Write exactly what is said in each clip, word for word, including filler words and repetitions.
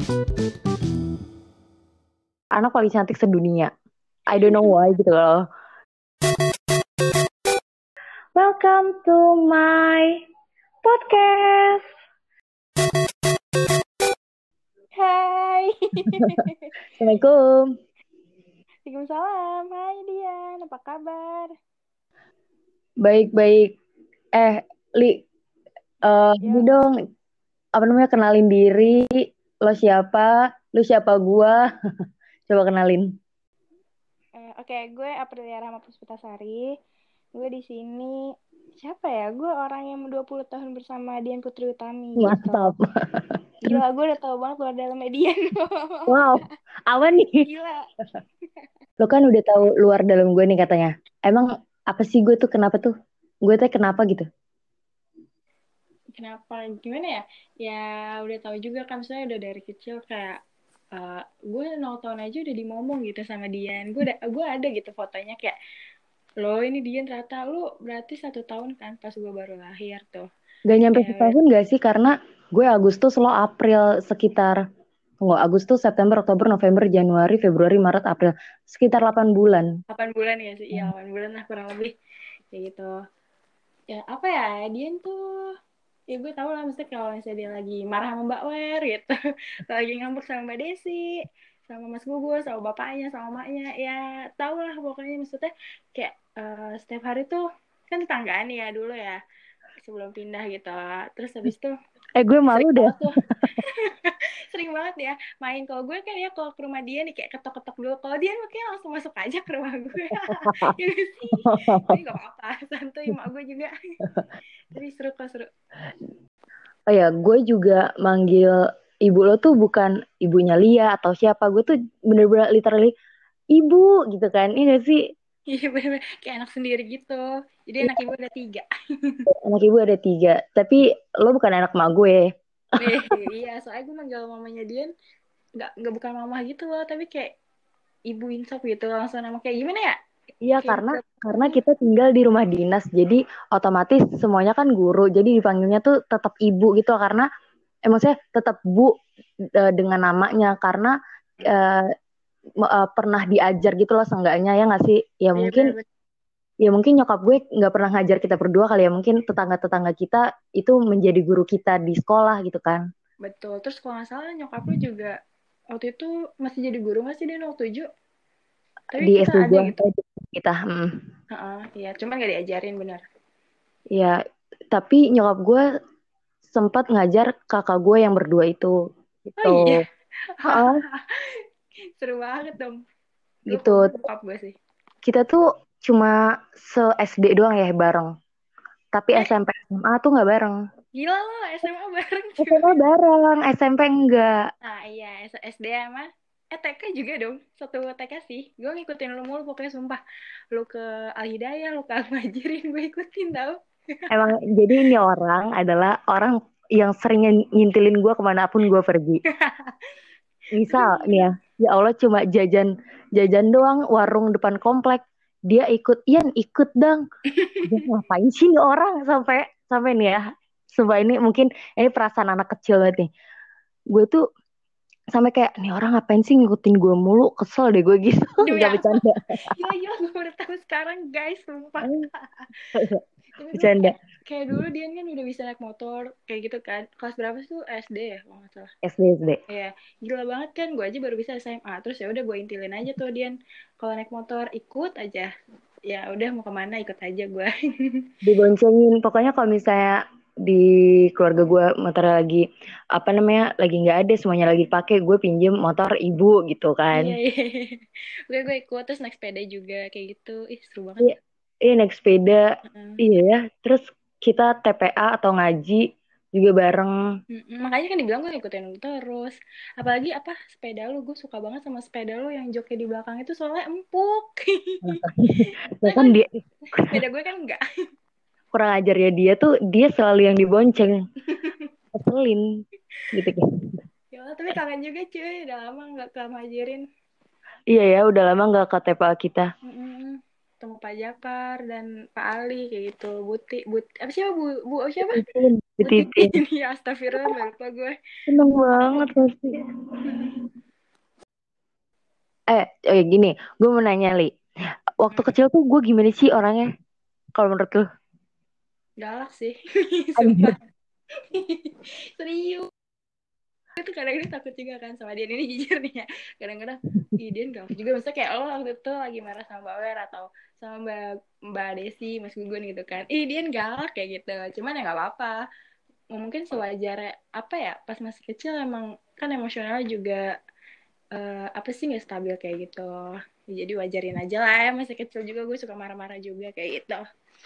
Anak paling cantik sedunia. I don't know why gitu loh. Welcome to my podcast. Hai. Assalamualaikum. Waalaikumsalam. Hai Dian, apa kabar? Baik-baik. Eh, Li, eh ini Yuk. dong, apa namanya, kenalin diri. Lo siapa? Lu siapa gua? Coba kenalin. Eh, Oke, gue Aprilia Rahma Puspitasari. Gue di sini siapa ya? Gue orang yang dua puluh tahun bersama Dian Putri Utami gitu. Mantap. Terus, Gila, gue udah tahu banget luar dalam Dian. wow, apa nih? Gila. Lo kan udah tahu luar dalam gue nih katanya. Emang apa sih gue tuh, kenapa tuh? Gue tuh kenapa gitu? Kenapa? Gimana ya? Ya udah tahu juga kan, saya udah dari kecil kayak eh, gue nol tahun aja udah dimomong gitu sama Dian. Gue ada, gue ada gitu fotonya kayak lo ini Dian ternyata lu berarti satu tahun kan pas gue baru lahir tuh. Gak nyampe Kayak udah setahun gak sih? Karena gue Agustus, lo April, sekitar nggak Agustus, September, Oktober, November, Januari, Februari, Maret, April, sekitar delapan bulan. delapan bulan ya sih, iya delapan bulan lah kurang lebih kayak gitu. Ya apa ya, Dian tuh ya gue tau lah mesti kalau misalnya dia lagi marah sama Mbak Wer gitu, lagi ngambek sama Mbak Desi, sama Mas Gugus, sama bapaknya, sama maknya, ya tau lah pokoknya. Maksudnya kayak eh, setiap hari tuh kan tetanggaan ya dulu ya sebelum pindah gitu. Terus habis itu Eh, gue malu sering deh. banget tuh sering banget ya main. Kalau gue kan ya kalau ke rumah dia nih kayak ketok-ketok dulu, kalau dia makanya langsung masuk aja ke rumah gue. Ya gak sih, tapi gak apa-apa, santuy mak gue juga. Tapi seru kok, seru. Oh ya, gue juga manggil ibu lo tuh bukan ibunya Lia atau siapa. Gue tuh bener-bener literally ibu gitu kan. Ini gak sih? Iya bener-bener kayak anak sendiri gitu. Jadi anak Iya, ibu ada tiga. anak ibu ada tiga. Tapi lo bukan anak mak gue. Eh, iya soalnya gue manggil mamanya Dian nggak nggak bukan mama gitu loh, tapi kayak ibu insop gitu langsung, nama kayak gimana ya, Iya, kayak karena udah karena kita tinggal di rumah dinas, jadi otomatis semuanya kan guru, jadi dipanggilnya tuh tetap ibu gitu, karena emang saya tetap bu eh, dengan namanya, karena eh, me- eh, pernah diajar gitu loh seenggaknya, ya nggak sih? Ya iya mungkin bener-bener. ya mungkin nyokap gue nggak pernah ngajar kita berdua kali ya, mungkin tetangga-tetangga kita itu menjadi guru kita di sekolah gitu kan, Betul. Terus kalau nggak salah nyokap lu juga waktu itu masih jadi guru nggak sih dia waktu tujuh? Tapi di kita S D ada gue gitu. eh, di kita. Hmm. Heeh, iya, cuman gak diajarin bener. Ya, tapi nyokap gue sempat ngajar kakak gue yang berdua itu Oh gitu. iya, Heeh, seru banget dong. Gue gitu. kagum bokap gue sih. Kita tuh cuma se-S D doang ya bareng. Tapi Eh, S M P S M A tuh nggak bareng. gila lo S M A bareng S M A cuy. bareng, S M P enggak. Nah iya, S- SD sama eh T K juga dong. Satu T K sih. Gue ngikutin lu mulu pokoknya sumpah. Lu ke Al Hidayah, lu ke Al Majirin, gue ikutin tau. Emang jadi ini orang adalah orang yang sering ngintilin gue kemanapun gue pergi. Misal Aduh, nih ya, bener. ya Allah cuma jajan jajan doang warung depan komplek. Dia ikut, Ian ikut dong. Dia ngapain sih nih orang sampai sampai nih ya. Sumpah ini mungkin ini perasaan anak kecil banget nih. Gue tuh sampai kayak nih orang ngapain sih ngikutin gue mulu, kesel deh gue gitu. Demi Gak apa? bercanda. Gila, gila, gue udah tahu sekarang guys, sumpah. Tapi dulu Bercanda. kayak kayak dulu Dian kan udah bisa naik motor kayak gitu kan. Kelas berapa sih tuh? S D ya kalau nggak salah. S D S D. Iya, gila banget kan. Gue aja baru bisa S M A. Terus ya udah gue intilin aja tuh Dian. Kalau naik motor ikut aja. Ya udah mau kemana ikut aja gue. Diboncengin. Pokoknya kalau misalnya di keluarga gue motor lagi apa namanya lagi nggak ada, semuanya lagi pakai, gue pinjem motor ibu gitu Iya, kan. iya. Gue gue ikut terus naik sepeda juga kayak gitu. Ih, seru banget. Iya, iya naik sepeda. Heeh. Iya ya. Terus kita T P A atau ngaji juga bareng. Mm-mm, makanya kan dibilang gue ngikutin lu terus. Apalagi apa sepeda lu, gue suka banget sama sepeda lu yang joknya di belakang itu soalnya empuk. Ya Soalnya kan kan dia sepeda gue kan enggak. kurang ajar ya, dia tuh dia selalu yang dibonceng, keselin gitu kan. Ya Allah, tapi kangen juga cuy, udah lama nggak ke Majirin. Iya ya, udah lama nggak ke T P A kita. Mm-mm. ketemu Pak Jakar dan Pak Ali kayak gitu. Buti, but, apa siapa bu, bu oh, siapa? Titin, Bu Titin. Titin. Ya astagfirullah, nggak lupa gue. Seneng banget pasti. Eh, eh gini, gue mau nanya Li. Waktu Hmm, kecil tuh gue gimana sih orangnya? Kalau menurut lu? galak sih, Anjir. sumpah. Serius. Itu kadang-kadang takut juga kan sama dia ini jujur nih ya, kadang-kadang ih dia galak juga, misalnya kayak lo waktu itu lagi marah sama Mbak Wer atau sama Mbak Mbak Desi Mas Gugun gitu kan, ih dia galak kayak gitu, cuman ya nggak apa-apa, mungkin sewajarnya apa ya, pas masih kecil emang kan emosionalnya juga eh, apa sih nggak stabil kayak gitu, jadi wajarin aja lah ya, masih kecil juga gue suka marah-marah juga kayak gitu.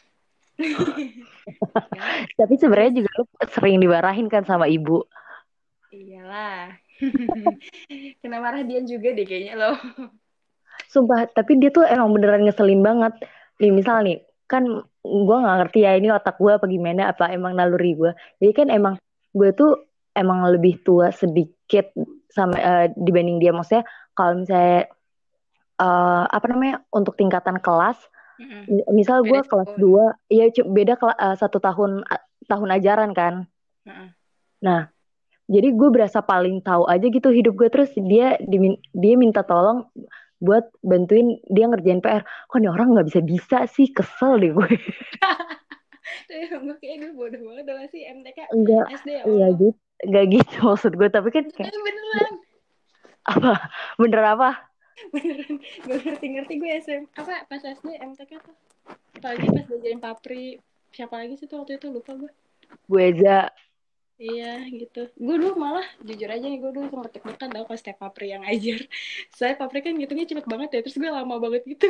Ya Tapi terus sebenarnya juga lu sering dimarahin kan sama ibu. iyalah. Kena marah dia juga deh kayaknya loh. Sumpah, tapi dia tuh emang beneran ngeselin banget. Nih, misal nih, kan gue nggak ngerti ya ini otak gue apa gimana, apa emang naluri gue. Jadi kan emang gue tuh emang lebih tua sedikit sama eh, dibanding dia. Maksudnya kalau misalnya eh, apa namanya untuk tingkatan kelas, Mm-mm. mi- misal gue Beda kelas setahun. dua, ya cu- beda kela- eh, satu tahun a- tahun ajaran kan. Heeh. Nah, jadi gue berasa paling tahu aja gitu hidup gue, terus dia dimin- dia minta tolong buat bantuin dia ngerjain P R. Kok nih orang nggak bisa bisa sih, kesel deh gue. Tapi gue kayak gue bodoh banget dong sih M T K Enggak, S D ya enggak Allah. gitu, enggak gitu maksud gue. Tapi kan kayak Tapi beneran, apa? Bener apa? beneran gak ngerti-ngerti gue S M apa pas S D M T K tuh. Apalagi pas diajarin papri, siapa lagi sih tuh waktu itu lupa gue. Gue aja. Iya gitu. Gue dulu malah jujur aja nih, gue dulu sempet deg-degan tau pas tiap papri yang ngajar. Saya papri kan ngitungnya cepet banget ya, terus gue lama banget gitu.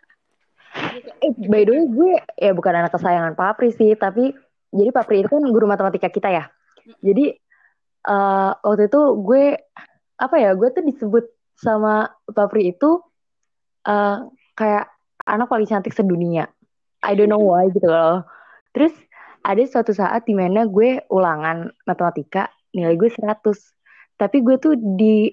Gue kayak Eh, by the way, deg-degan. gue ya bukan anak kesayangan Papri sih, tapi jadi Papri itu kan guru matematika kita ya. Jadi eh, waktu itu gue apa ya? Gue tuh disebut sama Papri itu eh, kayak anak paling cantik sedunia. I don't know why gitu loh. Terus ada suatu saat di mana gue ulangan matematika, nilai gue seratus. Tapi gue tuh di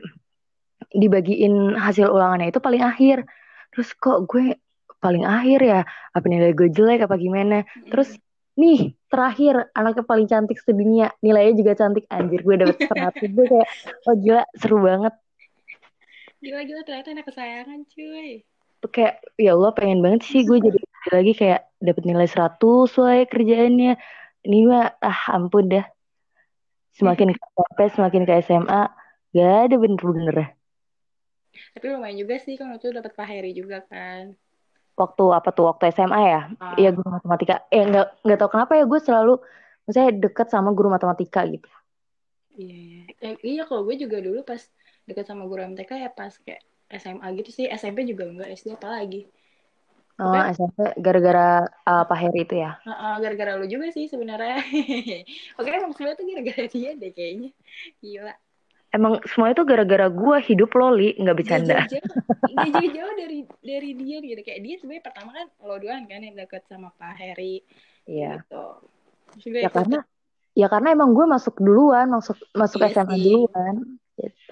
dibagiin hasil ulangannya itu paling akhir. Terus kok gue paling akhir ya? Apa nilai gue jelek apa gimana? Terus nih terakhir anaknya paling cantik sedunia, nilainya juga cantik, anjir gue dapet seratus. Gue kayak oh gila seru banget. Gila-gila ternyata anak kesayangan cuy. Tuh kayak ya Allah pengen banget sih gue jadi lagi kayak dapet nilai seratus soalnya kerjaannya. Ini mah ah ampun dah. Semakin ke S M P, semakin ke S M A, gak ada bener-bener. Tapi lumayan juga sih kan waktu itu dapat Pak Heri juga kan. Waktu apa tuh? Waktu S M A ya? Iya Ah, guru matematika. Eh nggak nggak tahu kenapa ya gue selalu, misalnya deket sama guru matematika gitu. iya, iya. Eh, iya kalau gue juga dulu pas deket sama guru M T K ya pas kayak S M A gitu sih, S M P juga enggak, S D apalagi. Oh, Pokoknya S M P gara-gara uh, Pak Heri itu ya. uh, uh, gara-gara lu juga sih sebenarnya. Oke, emang sebenarnya tuh gara-gara dia deh kayaknya. Gila. Emang semua itu gara-gara gue hidup loli, nggak Gak bercanda. jauh-jauh, gak jauh-jauh dari dari dia gitu. Kayak dia sebenarnya pertama kan lo doang kan yang deket sama Pak Heri kayak Iya. gitu. Terus juga Ya ikut, karena ya karena emang gue masuk duluan, masuk masuk iya S M A sih. duluan gitu.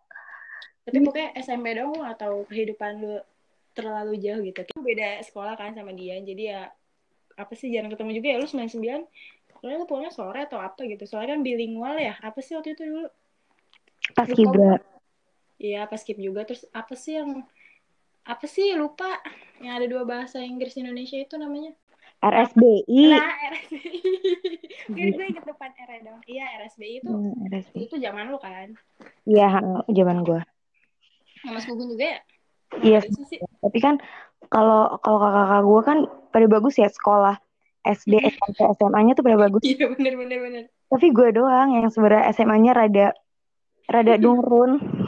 Tapi pokoknya S M P dong atau kehidupan lu terlalu jauh gitu. Kita beda sekolah kan sama dia. Jadi ya apa sih jarang ketemu juga ya, lu sembilan puluh sembilan. Soalnya lu pulangnya sore atau apa gitu. Soalnya kan bilingual ya. Apa sih waktu itu dulu? Pas Lupa gue. kibra Iya pas skip juga. Terus apa sih yang apa sih lupa yang ada dua bahasa Inggris Indonesia itu namanya apa? R S B I. Nah, R S B I. Gue gue inget depan R ya dong. Iya, R S B I itu Hmm, itu R S B I. tuh zaman lu kan. Iya, ha, zaman gue. Sama Mas Gugun juga ya? Iya, Sama Desi sih. tapi kan kalau kalau kakak-kakak gue kan pada bagus ya sekolah S D, S M P, S M A-nya tuh pada bagus. Iya bener bener bener. Tapi gue doang yang sebenarnya S M A-nya rada rada nurun.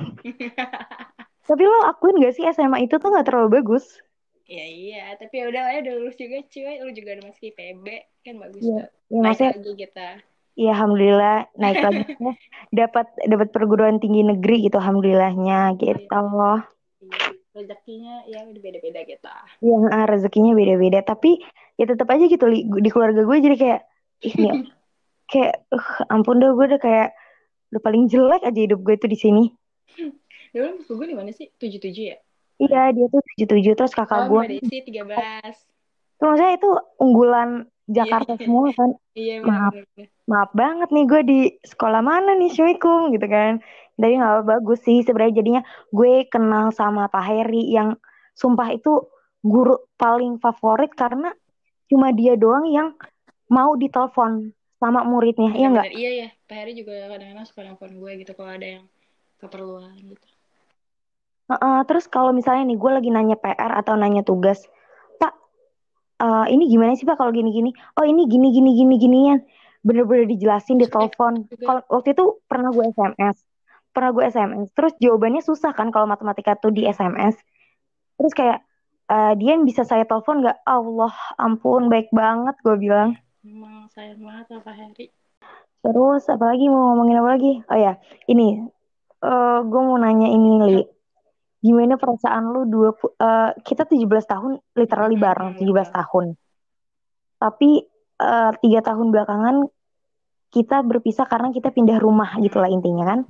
Tapi lo akuin gak sih S M A itu tuh nggak terlalu bagus? Iya iya, tapi ya udah lah ya udah lulus juga cuy. Lu juga udah masuk I P B, kan bagus Iya, tuh. ya Naik maksudnya, lagi kita. ya alhamdulillah naik lagi ya. Dapat dapat perguruan tinggi negeri gitu, alhamdulillahnya Iya, gitu loh. iya. Rezekinya ya udah beda-beda kita. Yang rezekinya beda-beda, tapi ya tetap aja gitu Li. Di keluarga gue jadi kayak ih nih kayak uh, ampun dah gue udah kayak udah paling jelek aja hidup gue itu di sini. Dulu Mas Gugun di mana sih? tujuh puluh tujuh ya? Iya, dia tuh tujuh tujuh terus kakak Oh, gue Mbak Desi tiga belas. tuh maksudnya itu unggulan Iya, Jakarta semua kan. iya Maaf, benar-benar. maaf banget nih gue di sekolah mana nih Assalamualaikum gitu kan. Tapi nggak apa, bagus sih sebenarnya jadinya gue kenal sama Pak Heri yang sumpah itu guru paling favorit karena cuma dia doang yang mau ditelepon sama muridnya, iya nggak? Benar-benar iya ya. Pak Heri juga kadang-kadang suka nelfon gue gitu kalau ada yang keperluan gitu. Heeh, terus kalau misalnya nih gue lagi nanya P R atau nanya tugas, Pak, eh, ini gimana sih Pak kalau gini-gini? Oh ini gini gini gini ginian. Bener-bener dijelasin di Langsung kayak telepon. juga. Kalau waktu itu pernah gue S M S, pernah gue S M S. Terus jawabannya susah kan kalau matematika tuh di Hmm. S M S. Terus kayak eh, dia yang bisa saya telepon nggak? Allah ampun baik banget gue bilang. Ya, memang sayang banget sama Pak Heri. Terus apalagi mau ngomongin apa lagi? Oh ya ini eh gue mau nanya ini Li. Ap- Gimana perasaan lu dua pu- eh, kita tujuh belas tahun literally Hmm, bareng hmm, tujuh belas betul. tahun. Tapi eh, tiga tahun belakangan kita berpisah karena kita pindah rumah gitu Hmm. lah intinya kan.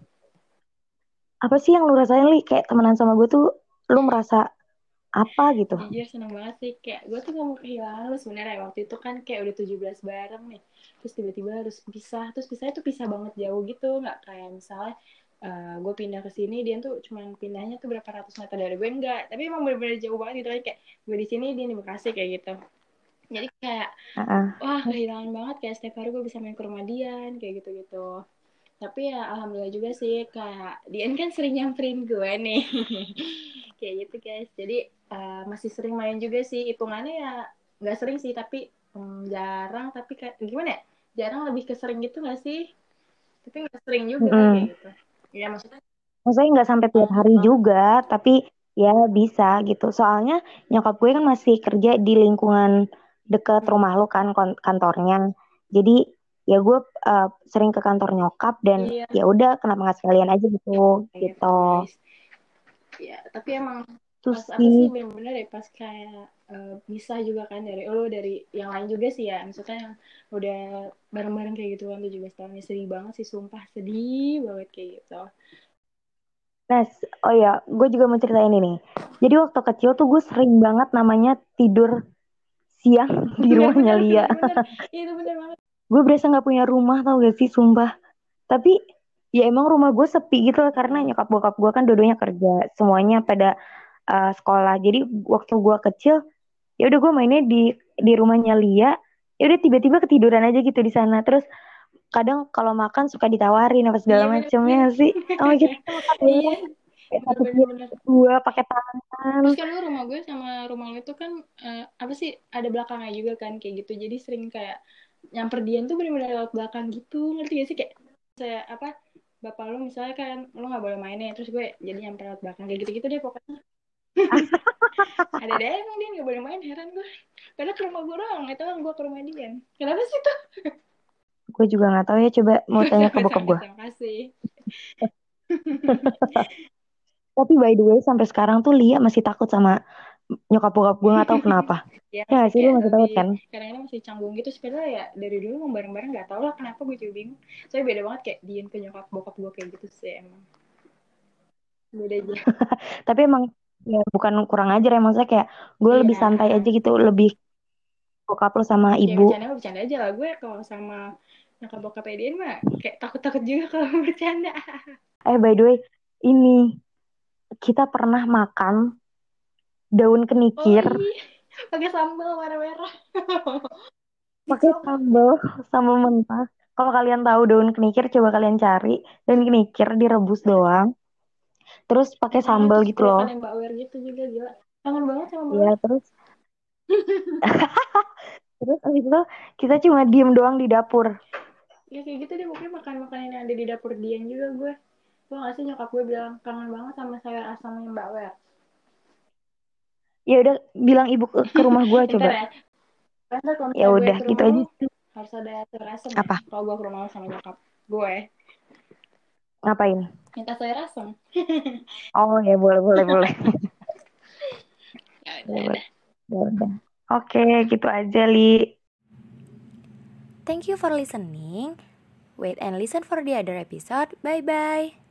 Apa sih yang lu rasain Li? Kayak temenan sama gue tuh lu merasa apa gitu? Jujur seneng banget sih. Kayak gue tuh gak mau kehilangan lu sebenarnya. Waktu itu kan kayak udah tujuh belas bareng nih. Terus tiba-tiba harus pisah. Terus pisahnya tuh pisah banget jauh gitu. Gak kayak misalnya uh, gue pindah ke sini, dia tuh cuman pindahnya tuh berapa ratus meter dari gue, enggak. Tapi emang bener-bener jauh banget gitu kan. Kayak gue di sini, dia di Bekasi kayak gitu. Jadi kayak Heeh. wah kehilangan banget, kayak setiap hari gue bisa main ke rumah Dian kayak gitu-gitu. Tapi ya alhamdulillah juga sih, kayak Dian kan sering nyamperin gue nih. Kayak gitu guys. Jadi uh, masih sering main juga sih, hitungannya ya nggak sering sih, tapi hmm, jarang. Tapi kayak gimana ya, jarang lebih ke sering gitu nggak sih, tapi nggak sering juga kayak Mm-mm. gitu. Ya maksudnya Maksudnya nggak sampai tiap uh, hari uh, juga, tapi ya bisa gitu. Soalnya nyokap gue kan masih kerja di lingkungan deket hmm, rumah lu kan kon- kantornya. Jadi ya gue uh, sering ke kantor nyokap dan iya ya udah kenapa nggak sekalian aja gitu kayak gitu. gitu guys. Ya tapi emang Terus pas apa sih, sih, bener-bener deh pas kayak uh, bisa juga kan dari lo, dari yang lain juga sih ya, maksudnya yang udah bareng-bareng kayak gitu kan tujuh belas tahun. Ya sedih banget sih, sumpah sedih banget kayak gitu. nah, s- oh ya, gue juga mau ceritain ini nih. Jadi waktu kecil tuh gue sering banget namanya tidur siang di rumahnya Bener-bener Lia. bener-bener itu bener banget. Gue berasa nggak punya rumah tau gak sih, sumpah. Tapi ya emang rumah gue sepi gitu lah karena Hmm. nyokap bokap gue kan dua-duanya kerja, semuanya pada uh, sekolah. Jadi waktu gue kecil, ya udah gue mainnya di di rumahnya Lia. Ya udah tiba-tiba ketiduran aja gitu di sana. Terus kadang kalau makan suka ditawarin apa segala Iya macamnya bener-bener. sih. Oh kita makan Iya bareng. Kayak satu bener-bener piring bener. dua pakai tangan. Terus kan lu, rumah gue sama rumah lu itu kan eh, apa sih, ada belakangnya juga kan kayak gitu, jadi sering kayak nyamper Dian tuh bener-bener lewat belakang gitu, ngerti gak sih? Kayak saya apa, bapak lu misalnya kan lu nggak boleh mainnya, terus gue jadi nyamper lewat belakang kayak gitu-gitu deh pokoknya. Ada deh emang dia nggak boleh main, heran gue. Karena ke rumah gue doang, itu kan gue ke rumah Dian. Kenapa sih tuh? Gue juga nggak tahu ya, coba mau tanya ke bokap Sama-sama, gue. terima kasih. Tapi by the way sampai sekarang tuh Lia masih takut sama nyokap bokap gue nggak tahu kenapa. Ya Ya masih nggak sih lu kayak masih takut lebih, kan? kadang-kadang masih canggung gitu sebenarnya ya, dari dulu mau bareng-bareng nggak tau lah kenapa, gue juga bingung. Soalnya beda banget kayak Dian ke nyokap bokap gue kayak gitu sih, emang beda aja. Tapi emang ya bukan kurang ajar ya maksudnya kayak gue lebih Iya, santai aja gitu, lebih bokap lu sama ya ibu. bercanda mah bercanda aja lah, gue kalau sama nyokap bokap Dian mah kayak takut-takut juga kalau bercanda. Eh by the way ini kita pernah makan daun Oh kenikir iya, pakai sambal merah-merah. pakai Dicoba. sambal sambal mentah. Kalau kalian tahu daun kenikir coba kalian cari daun kenikir direbus doang terus pakai Oh, sambal terus gitu loh. makannya Mbak Wer gitu juga, gila. Kangen banget sama Mbak Ya Wer. terus terus abis itu kita cuma diem doang di dapur. Ya kayak gitu deh, pokoknya makan makanan yang ada di dapur Dian juga gue. Gue nggak sih, nyokap gue bilang kangen banget sama sayur asamnya Mbak Wer. Ya udah bilang ibu ke, ke rumah gue Ntar coba. ya, ntar kalau Ya misalnya gue udah ke gitu rumah aja lu, sih. harus ada sayur asam ya. Apa Kalau gue ke rumah lu sama nyokap gue, ngapain? minta sayur asam. Oh ya boleh boleh boleh. Ya Boleh, udah. boleh. Ya udah. Oke, gitu aja, Li. Thank you for listening. Wait and listen for the other episode. Bye bye.